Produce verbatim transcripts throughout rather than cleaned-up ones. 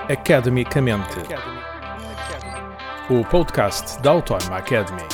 Academicamente, o podcast da Autónoma Academy.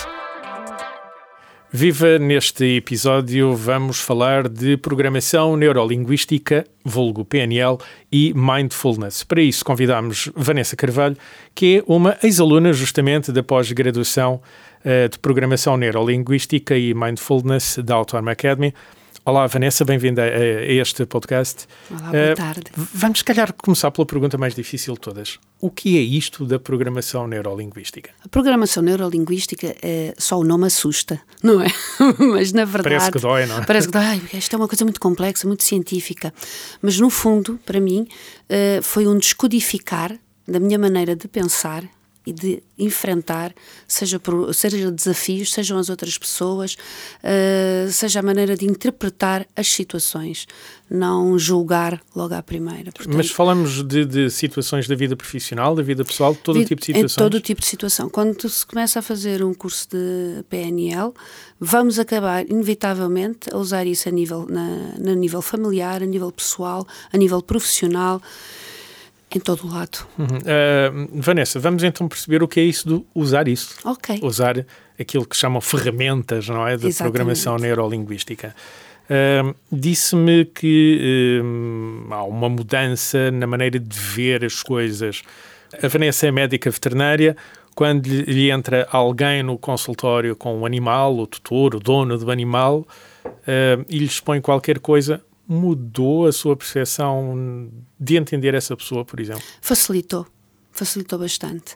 Viva! Neste episódio vamos falar de programação neurolinguística, vulgo P N L, e mindfulness. Para isso convidamos Vanessa Carvalho, que é uma ex-aluna justamente da pós-graduação uh, de programação neurolinguística e mindfulness da Autónoma Academy. Olá, Vanessa, bem-vinda a, a este podcast. Olá, boa tarde. Uh, vamos, se calhar, começar pela pergunta mais difícil de todas. O que é isto da programação neurolinguística? A programação neurolinguística, é, só o nome assusta, não é? Mas, na verdade... Parece que dói, não é? Parece que dói. Isto é uma coisa muito complexa, muito científica. Mas, no fundo, para mim, uh, foi um descodificar da minha maneira de pensar e de enfrentar, seja, por, seja desafios, sejam as outras pessoas, uh, seja a maneira de interpretar as situações, não julgar logo à primeira. Portanto, mas falamos de, de situações da vida profissional, da vida pessoal, de todo de, o tipo de situações? Em todo o tipo de situação. Quando se começa a fazer um curso de P N L, vamos acabar, inevitavelmente, a usar isso a nível, na, na nível familiar, a nível pessoal, a nível profissional, em todo o lado. Uhum. Uh, Vanessa, vamos então perceber o que é isso de usar isso. Ok. Usar aquilo que chamam ferramentas, não é? De Exatamente. Programação neurolinguística. Uh, disse-me que uh, há uma mudança na maneira de ver as coisas. A Vanessa é médica veterinária. Quando lhe entra alguém no consultório com um animal, o tutor, o dono do animal, uh, e lhe expõe qualquer coisa, mudou a sua percepção de entender essa pessoa, por exemplo? Facilitou. Facilitou bastante.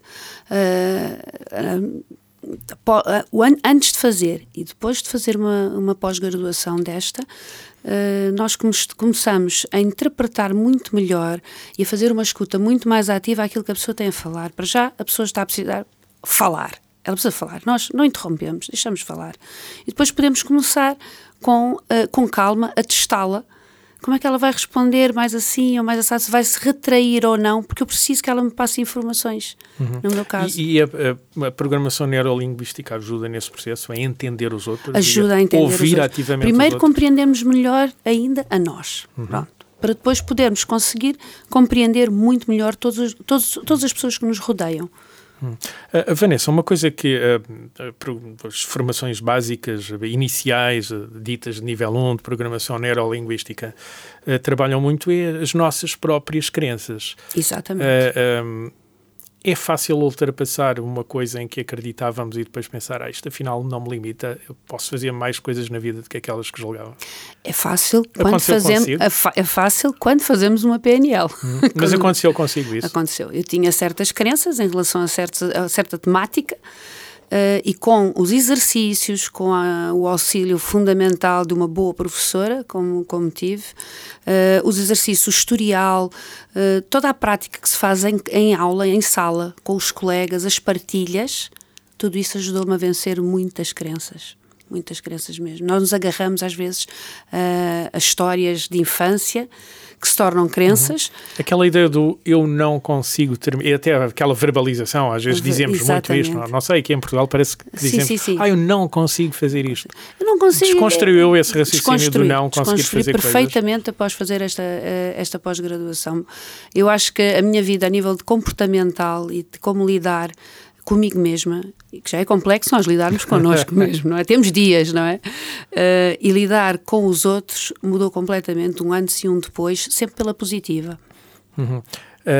Uh, uh, uh, antes de fazer e depois de fazer uma, uma pós-graduação desta, uh, nós come- começamos a interpretar muito melhor e a fazer uma escuta muito mais ativa àquilo que a pessoa tem a falar. Para já, a pessoa está a precisar falar. Ela precisa falar. Nós não interrompemos, deixamos falar. E depois podemos começar com, uh, com calma a testá-la. Como é que ela vai responder mais assim ou mais assim, se vai se retrair ou não, porque eu preciso que ela me passe informações, uhum. no meu caso. E, e a, a, a programação neurolinguística ajuda nesse processo a entender os outros? Ajuda a entender ouvir os outros. ativamente Primeiro os outros. Compreendemos melhor ainda a nós, uhum. Pronto, para depois podermos conseguir compreender muito melhor todos, todos, todas as pessoas que nos rodeiam. Hum. Uh, Vanessa, uma coisa que uh, uh, as formações básicas, uh, iniciais, uh, ditas de nível um de programação neurolinguística, uh, trabalham muito é as nossas próprias crenças. Exatamente. Uh, um, é fácil ultrapassar uma coisa em que acreditávamos e depois pensar, ah, isto afinal não me limita, eu posso fazer mais coisas na vida do que aquelas que julgava. É fácil quando fazemos, é fácil quando fazemos uma P N L. Hum, mas quando aconteceu consigo isso? Aconteceu. Eu tinha certas crenças em relação a, certos, a certa temática, uh, e com os exercícios, com a, o auxílio fundamental de uma boa professora, como, como tive, uh, os exercícios, o historial, uh, toda a prática que se faz em, em aula, em sala, com os colegas, as partilhas, tudo isso ajudou-me a vencer muitas crenças. Muitas crenças mesmo. Nós nos agarramos às vezes uh, a histórias de infância que se tornam crenças. Uhum. Aquela ideia do eu não consigo terminar, e até aquela verbalização, às vezes dizemos Exatamente. muito isto, não, não sei, aqui em Portugal parece que dizemos, sim, sim, sim. ah, eu não consigo fazer isto. Eu não consigo. Desconstruiu esse raciocínio do não conseguir fazer coisas. Perfeitamente após fazer esta, esta pós-graduação. Eu acho que a minha vida a nível de comportamental e de como lidar comigo mesma, que já é complexo nós lidarmos connosco mesmo, não é? Temos dias, não é? Uh, e lidar com os outros mudou completamente, um antes e um depois, sempre pela positiva. Uhum. Uh, uh,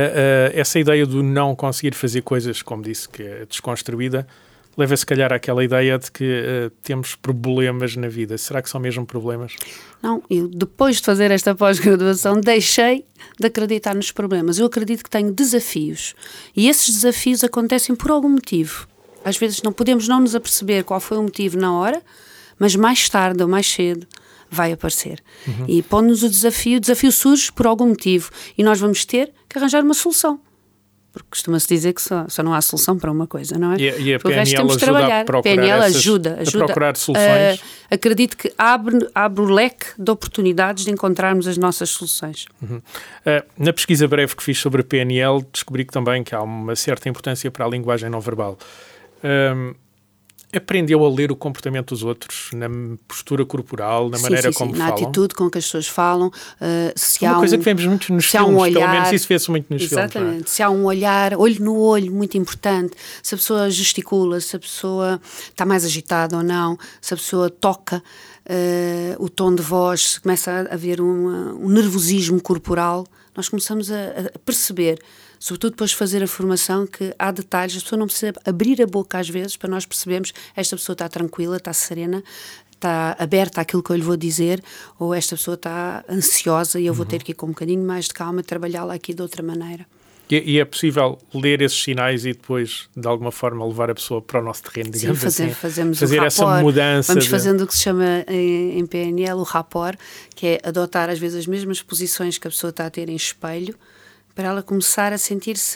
essa ideia do não conseguir fazer coisas, como disse, que é desconstruída, leva se calhar àquela ideia de que uh, temos problemas na vida. Será que são mesmo problemas? Não, eu depois de fazer esta pós-graduação deixei de acreditar nos problemas. Eu acredito que tenho desafios e esses desafios acontecem por algum motivo. Às vezes não podemos não nos aperceber qual foi o motivo na hora, mas mais tarde ou mais cedo vai aparecer. Uhum. E põe-nos o desafio, o desafio surge por algum motivo e nós vamos ter que arranjar uma solução. Porque costuma-se dizer que só, só não há solução para uma coisa, não é? E, e a P N L ajuda trabalhar. a procurar, P N L essas, ajuda, ajuda a procurar soluções. Uh, acredito que abre, abre o leque de oportunidades de encontrarmos as nossas soluções. Uhum. Uh, na pesquisa breve que fiz sobre a P N L, descobri que também que há uma certa importância para a linguagem não verbal. Um, aprendeu a ler o comportamento dos outros, na postura corporal, na sim, maneira sim, como sim. falam? Na atitude com que as pessoas falam. Uh, se é uma há coisa um, que vemos muito nos se há filmes, um olhar, pelo menos isso vê-se muito nos exatamente, filmes. Exatamente. Se há um olhar, olho no olho, muito importante, se a pessoa gesticula, se a pessoa está mais agitada ou não, se a pessoa toca, uh, o tom de voz, se começa a haver uma, um nervosismo corporal, nós começamos a, a perceber, sobretudo depois de fazer a formação, que há detalhes, a pessoa não precisa abrir a boca às vezes para nós percebermos esta pessoa está tranquila, está serena, está aberta àquilo que eu lhe vou dizer, ou esta pessoa está ansiosa e eu vou uhum. ter que ir com um bocadinho mais de calma e trabalhá-la aqui de outra maneira. E, e é possível ler esses sinais e depois, de alguma forma, levar a pessoa para o nosso terreno, digamos Sim, fazer, assim. fazemos fazer o essa rapport, mudança. Vamos de... fazendo o que se chama em, em P N L o rapport, que é adotar às vezes as mesmas posições que a pessoa está a ter em espelho, para ela começar a sentir-se,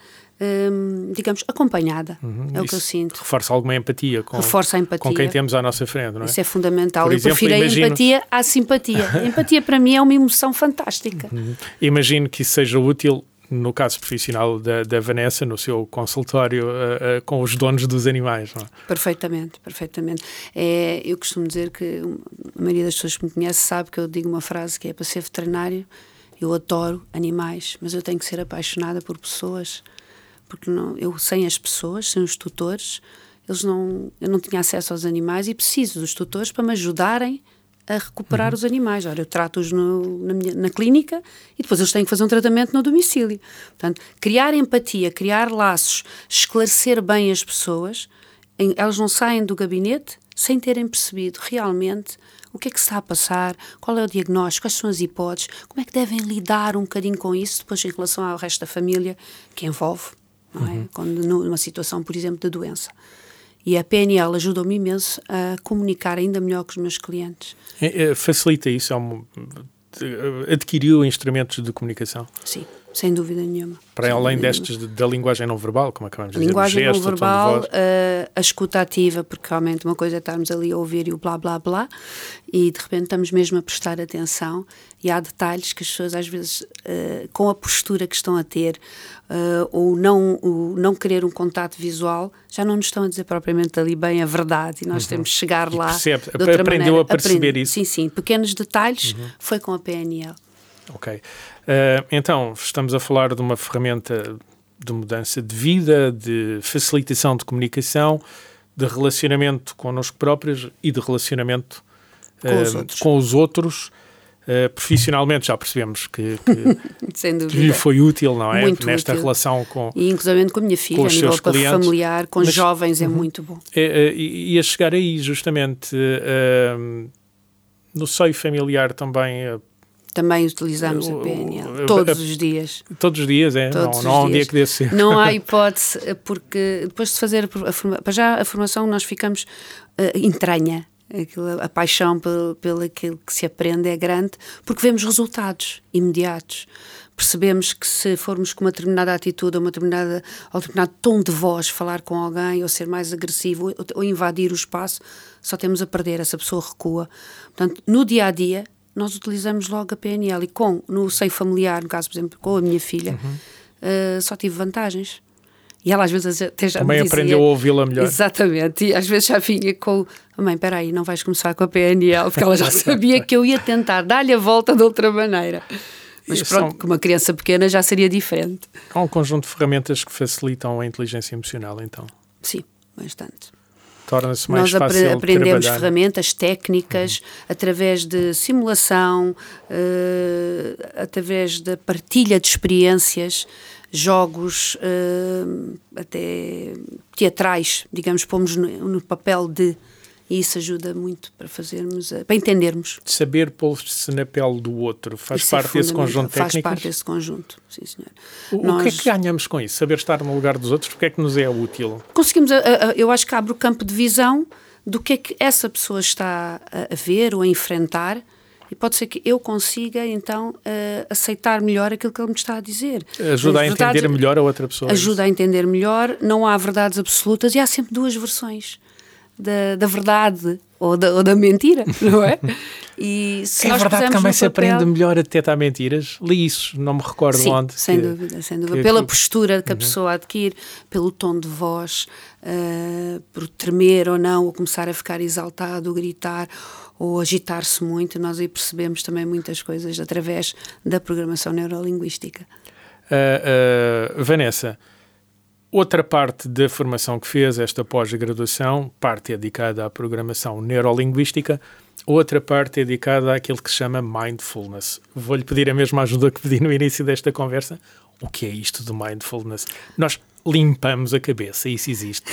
hum, digamos, acompanhada. Uhum, é o que eu sinto. Reforça alguma empatia com, Reforça a empatia com quem temos à nossa frente, não é? Isso é fundamental. Por eu exemplo, prefiro imagino... a empatia à simpatia. A empatia para mim é uma emoção fantástica. Uhum. Imagino que isso seja útil no caso profissional da, da Vanessa, no seu consultório uh, uh, com os donos dos animais, não é? Perfeitamente, perfeitamente. É, eu costumo dizer que a maioria das pessoas que me conhece sabe que eu digo uma frase que é: para ser veterinário eu adoro animais, mas eu tenho que ser apaixonada por pessoas, porque não, eu sem as pessoas, sem os tutores, eles não, eu não tinha acesso aos animais e preciso dos tutores para me ajudarem a recuperar uhum. os animais. Ora, eu trato-os no, na, minha, na clínica e depois eles têm que fazer um tratamento no domicílio. Portanto, criar empatia, criar laços, esclarecer bem as pessoas, em, elas não saem do gabinete sem terem percebido realmente o que é que se está a passar, qual é o diagnóstico, quais são as hipóteses, como é que devem lidar um bocadinho com isso, depois em relação ao resto da família que envolve, não é? Uhum. Quando, numa situação, por exemplo, de doença. E a P N L ajudou-me imenso a comunicar ainda melhor com os meus clientes. É, é, facilita isso? É um, adquiriu instrumentos de comunicação? Sim, sem dúvida nenhuma. Para além destes de, da linguagem não verbal, como acabamos de dizer, linguagem gesto, não verbal, uh, a escuta ativa, porque realmente uma coisa é estarmos ali a ouvir e o blá blá blá, e de repente estamos mesmo a prestar atenção, e há detalhes que as pessoas às vezes, uh, com a postura que estão a ter, uh, ou não, o não querer um contato visual, já não nos estão a dizer propriamente ali bem a verdade, e nós uhum. temos que chegar e lá percebe, de outra aprendeu maneira. a perceber Aprende, isso? Sim, sim, pequenos detalhes uhum. foi com a P N L. Ok. Uh, então, estamos a falar de uma ferramenta de mudança de vida, de facilitação de comunicação, de relacionamento connosco próprios e de relacionamento com uh, os outros. Com os outros. Uh, profissionalmente já percebemos que, que, Sem dúvida. que lhe foi útil, não é? Muito Nesta útil. Relação com E inclusive com a minha filha, a nível familiar, com Mas, jovens, é uhum. muito bom. É, é, ia chegar aí, justamente, uh, no seio familiar também... Uh, Também utilizamos a P N L, todos os dias. Todos os dias, é? Todos não, não há um dia que dê ser. Não há hipótese, porque depois de fazer a formação, para já a formação nós ficamos, uh, entranha, aquilo, a paixão pelo, pelo aquilo que se aprende é grande, porque vemos resultados imediatos. Percebemos que se formos com uma determinada atitude ou uma determinada, ou um determinado tom de voz falar com alguém, ou ser mais agressivo, ou, ou invadir o espaço, só temos a perder, essa pessoa recua. Portanto, no dia-a-dia, nós utilizamos logo a P N L e com, no seio familiar, no caso, por exemplo, com a minha filha, uhum. uh, só tive vantagens. E ela às vezes até já Também me dizia... aprendeu a ouvi-la melhor. Exatamente. E às vezes já vinha com... Mãe, espera aí, não vais começar com a P N L, porque ela já sabia que eu ia tentar dar-lhe a volta de outra maneira. Mas e pronto, são... com uma criança pequena já seria diferente. Há um conjunto de ferramentas que facilitam a inteligência emocional, então? Sim, bastante. Torna-se mais Nós fácil apre- aprendemos trabalhar. ferramentas técnicas uhum. através de simulação, uh, através da partilha de experiências, jogos uh, até teatrais, digamos, pomos no, no papel de, e isso ajuda muito para fazermos, uh, para entendermos. Saber pôr-se na pele do outro faz isso parte é desse conjunto faz técnico? Faz parte desse conjunto, sim senhor. O, Nós... o que é que ganhamos com isso? Saber estar no lugar dos outros, porque é que nos é útil? Conseguimos, a, a, eu acho que abre o campo de visão do que é que essa pessoa está a, a ver ou a enfrentar, e pode ser que eu consiga, então, uh, aceitar melhor aquilo que ele me está a dizer. Ajuda a entender verdades, melhor a outra pessoa. Ajuda a entender melhor, não há verdades absolutas e há sempre duas versões. da, da verdade ou da, ou da mentira, não é? E se é nós verdade que também se papel... aprende melhor a detectar mentiras. Li isso, não me recordo Sim, onde. sem que, dúvida, sem dúvida. Que, Pela que... postura que a uhum. pessoa adquire, pelo tom de voz, uh, por tremer ou não, ou começar a ficar exaltado, ou gritar, ou agitar-se muito. Nós aí percebemos também muitas coisas através da programação neurolinguística. Uh, uh, Vanessa, outra parte da formação que fez, esta pós-graduação, parte é dedicada à programação neurolinguística, outra parte é dedicada àquilo que se chama mindfulness. Vou-lhe pedir a mesma ajuda que pedi no início desta conversa. O que é isto do mindfulness? Nós limpamos a cabeça, isso existe.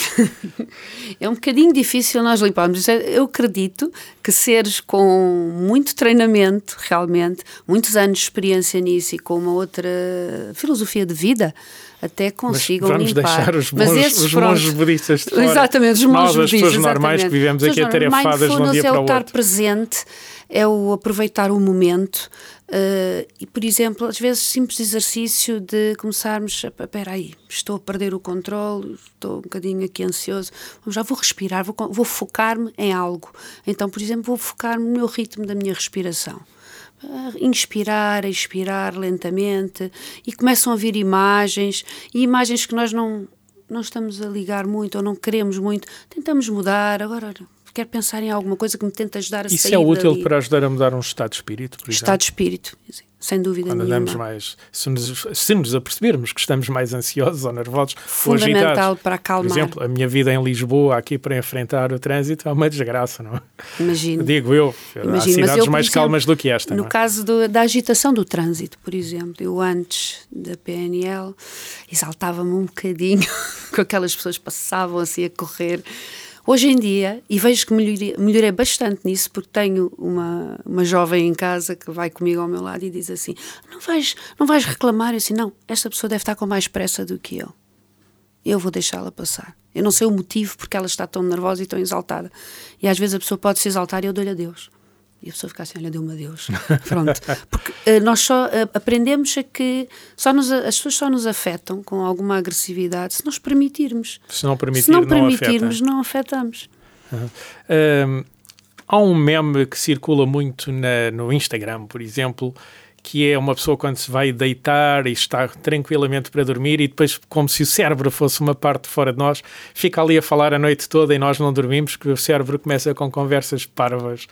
É um bocadinho difícil nós limparmos. Eu acredito que seres com muito treinamento, realmente, muitos anos de experiência nisso e com uma outra filosofia de vida, até consigam Mas vamos limpar. deixar os Mas bons, esses, os pronto, monges budistas de fora. Exatamente, os monges Nós, as budistas, pessoas normais que vivemos aqui atarefadas de um dia para o outro. É o estar presente, é o aproveitar o momento. Uh, e, por exemplo, às vezes simples exercício de começarmos a, espera aí, estou a perder o controle, estou um bocadinho aqui ansioso, já vou respirar, vou, vou focar-me em algo. Então, por exemplo, vou focar-me no meu ritmo da minha respiração. Uh, inspirar, expirar lentamente, e começam a vir imagens, e imagens que nós não, não estamos a ligar muito ou não queremos muito, tentamos mudar. Agora quero pensar em alguma coisa que me tente ajudar a Isso sair é útil dali. Para ajudar a mudar um estado de espírito, por exemplo? Estado de espírito, sem dúvida Quando nenhuma. andamos mais, se nos, se nos apercebermos que estamos mais ansiosos ou nervosos fundamental ou agitados. Para acalmar. Por exemplo, a minha vida em Lisboa, aqui para enfrentar o trânsito, é uma desgraça, não é? Imagino. Digo eu, Imagino, há cidades eu, mais exemplo, calmas do que esta. No não é? caso do, da agitação do trânsito, por exemplo, eu antes da P N L exaltava-me um bocadinho com aquelas pessoas que passavam assim a correr. Hoje em dia, e vejo que melhorei, melhorei bastante nisso, porque tenho uma, uma jovem em casa que vai comigo ao meu lado e diz assim, não vais, não vais reclamar? Eu assim, não, esta pessoa deve estar com mais pressa do que eu. Eu vou deixá-la passar. Eu não sei o motivo porque ela está tão nervosa e tão exaltada. E às vezes a pessoa pode se exaltar e eu dou-lhe adeus. E a pessoa fica assim, olha, deu-me adeus. Pronto. Porque uh, nós só uh, aprendemos a que só nos, as pessoas só nos afetam com alguma agressividade se nós permitirmos. Se não, permitir, se não, não permitirmos, afeta. não afetamos. Uhum. Um, há um meme que circula muito na, no Instagram, por exemplo, que é uma pessoa quando se vai deitar e está tranquilamente para dormir e depois, como se o cérebro fosse uma parte fora de nós, fica ali a falar a noite toda e nós não dormimos, que o cérebro começa com conversas parvas.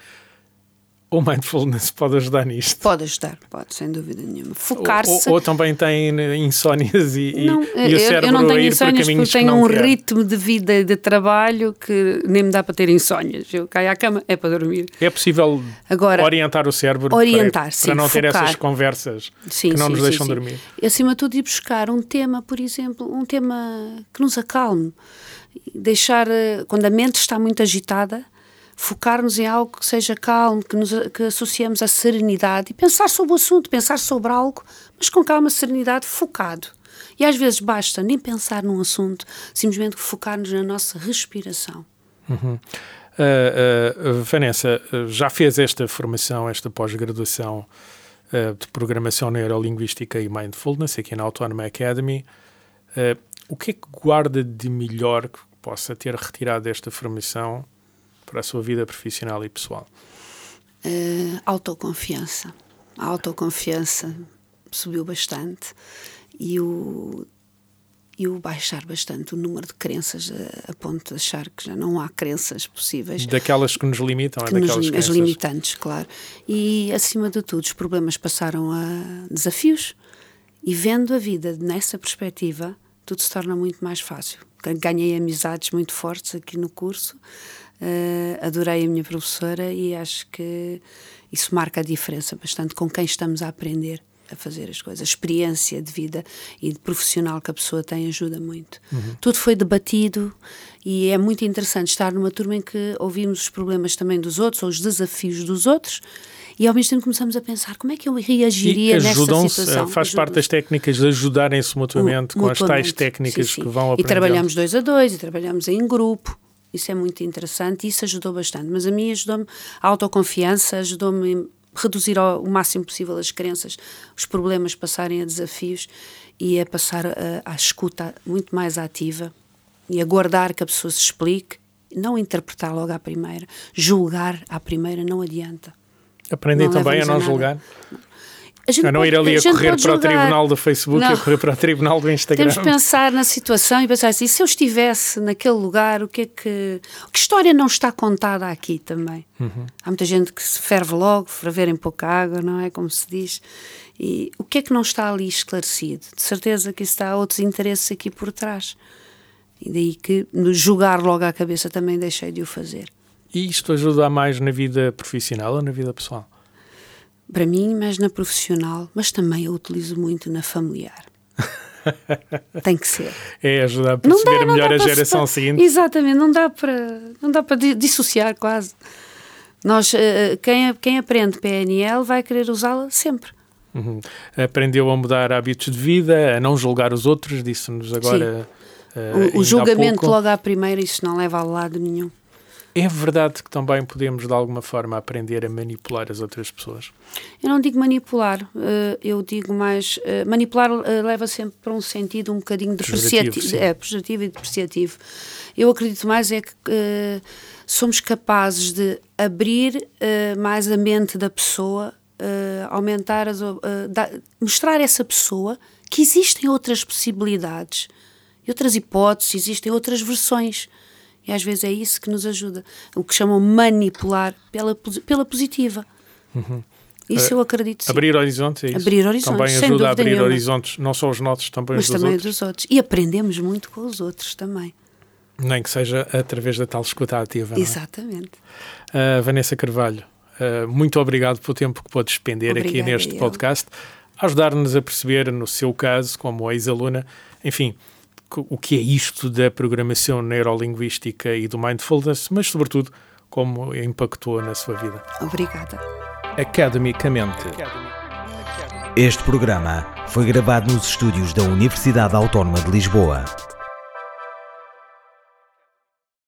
O mindfulness pode ajudar nisto? Pode ajudar, pode, sem dúvida nenhuma. Focar-se... Ou, ou também tem insónias e, não, e, e o cérebro eu não tenho a ir insónias por caminhos porque tenho que não um quer. ritmo de vida e de trabalho que nem me dá para ter insónias. Eu caio à cama, é para dormir. É possível Agora, orientar o cérebro orientar, para, sim, para não ter focar. essas conversas sim, que não sim, nos sim, deixam sim. dormir? E, acima de tudo, ir buscar um tema, por exemplo, um tema que nos acalme. Deixar, quando a mente está muito agitada, focar-nos em algo que seja calmo, que, nos, que associemos à serenidade e pensar sobre o assunto, pensar sobre algo, mas com calma, serenidade, focado. E às vezes basta nem pensar num assunto, simplesmente focar-nos na nossa respiração. Uhum. Uh, uh, Vanessa, já fez esta formação, esta pós-graduação uh, de Programação Neurolinguística e Mindfulness aqui na Autónoma Academy. Uh, o que é que guarda de melhor que possa ter retirado desta formação para a sua vida profissional e pessoal? Uh, autoconfiança. A autoconfiança subiu bastante e o, e o baixar bastante o número de crenças a, a ponto de achar que já não há crenças possíveis. Daquelas que nos limitam, que é daquelas nos, crenças. As limitantes, claro. E, acima de tudo, os problemas passaram a desafios e vendo a vida nessa perspectiva, tudo se torna muito mais fácil. Ganhei amizades muito fortes aqui no curso. Uh, adorei a minha professora e acho que isso marca a diferença bastante com quem estamos a aprender a fazer as coisas. A experiência de vida e de profissional que a pessoa tem ajuda muito. Uhum. Tudo foi debatido e é muito interessante estar numa turma em que ouvimos os problemas também dos outros ou os desafios dos outros e ao mesmo tempo começamos a pensar como é que eu reagiria nessa situação. Faz parte das técnicas de ajudarem-se mutuamente, mutuamente com as tais técnicas sim, sim. que vão aprendendo. E trabalhamos dois a dois e trabalhamos em grupo. Isso é muito interessante e isso ajudou bastante. Mas a mim ajudou-me a autoconfiança, ajudou-me a reduzir ao máximo possível as crenças, os problemas passarem a desafios e a passar a, a escuta muito mais ativa e a guardar que a pessoa se explique não interpretar logo à primeira, julgar à primeira não adianta. Aprendem também a não julgar? A, a não pode, ir ali a, a correr para julgar. o tribunal do Facebook não. E a correr para o tribunal do Instagram. Temos de pensar na situação e pensar assim, se eu estivesse naquele lugar, o que é que... Que história não está contada aqui também? Uhum. Há muita gente que se ferve logo, ferver em pouca água, não é? Como se diz. E o que é que não está ali esclarecido? De certeza que está há outros interesses aqui por trás. E daí que no julgar logo à cabeça também deixei de o fazer. E isto ajuda mais na vida profissional ou na vida pessoal? Para mim, mais na profissional, mas também eu utilizo muito na familiar. Tem que ser. É ajudar a perceber dá, melhor a geração para, seguinte. Exatamente, não dá para, não dá para dissociar quase. Nós, quem, quem aprende P N L vai querer usá-la sempre. Uhum. Aprendeu a mudar hábitos de vida, a não julgar os outros, disse-nos agora. Uh, o o julgamento logo à primeira, isso não leva a lado nenhum. É verdade que também podemos, de alguma forma, aprender a manipular as outras pessoas? Eu não digo manipular, eu digo mais... Manipular leva sempre para um sentido um bocadinho depreciativo. É, pejorativo e depreciativo. Eu acredito mais é que uh, somos capazes de abrir uh, mais a mente da pessoa, uh, aumentar, as, uh, da, mostrar a essa pessoa que existem outras possibilidades, outras hipóteses, existem outras versões. E às vezes é isso que nos ajuda. O que chamam manipular pela, pela positiva. Uhum. Isso uh, eu acredito sim. Abrir horizontes, é isso? Abrir horizontes, também sem ajuda a abrir nenhuma. horizontes, não só os nossos, também mas os dos também outros. dos outros. E aprendemos muito com os outros também. Nem que seja através da tal escuta ativa. Exatamente. Não é? uh, Vanessa Carvalho, uh, muito obrigado pelo tempo que pôde despender Obrigada aqui neste podcast, a ajudar-nos a perceber, no seu caso, como ex-aluna, enfim, o que é isto da programação neurolinguística e do mindfulness, mas, sobretudo, como impactou na sua vida. Obrigada. Academicamente. Este programa foi gravado nos estúdios da Universidade Autónoma de Lisboa.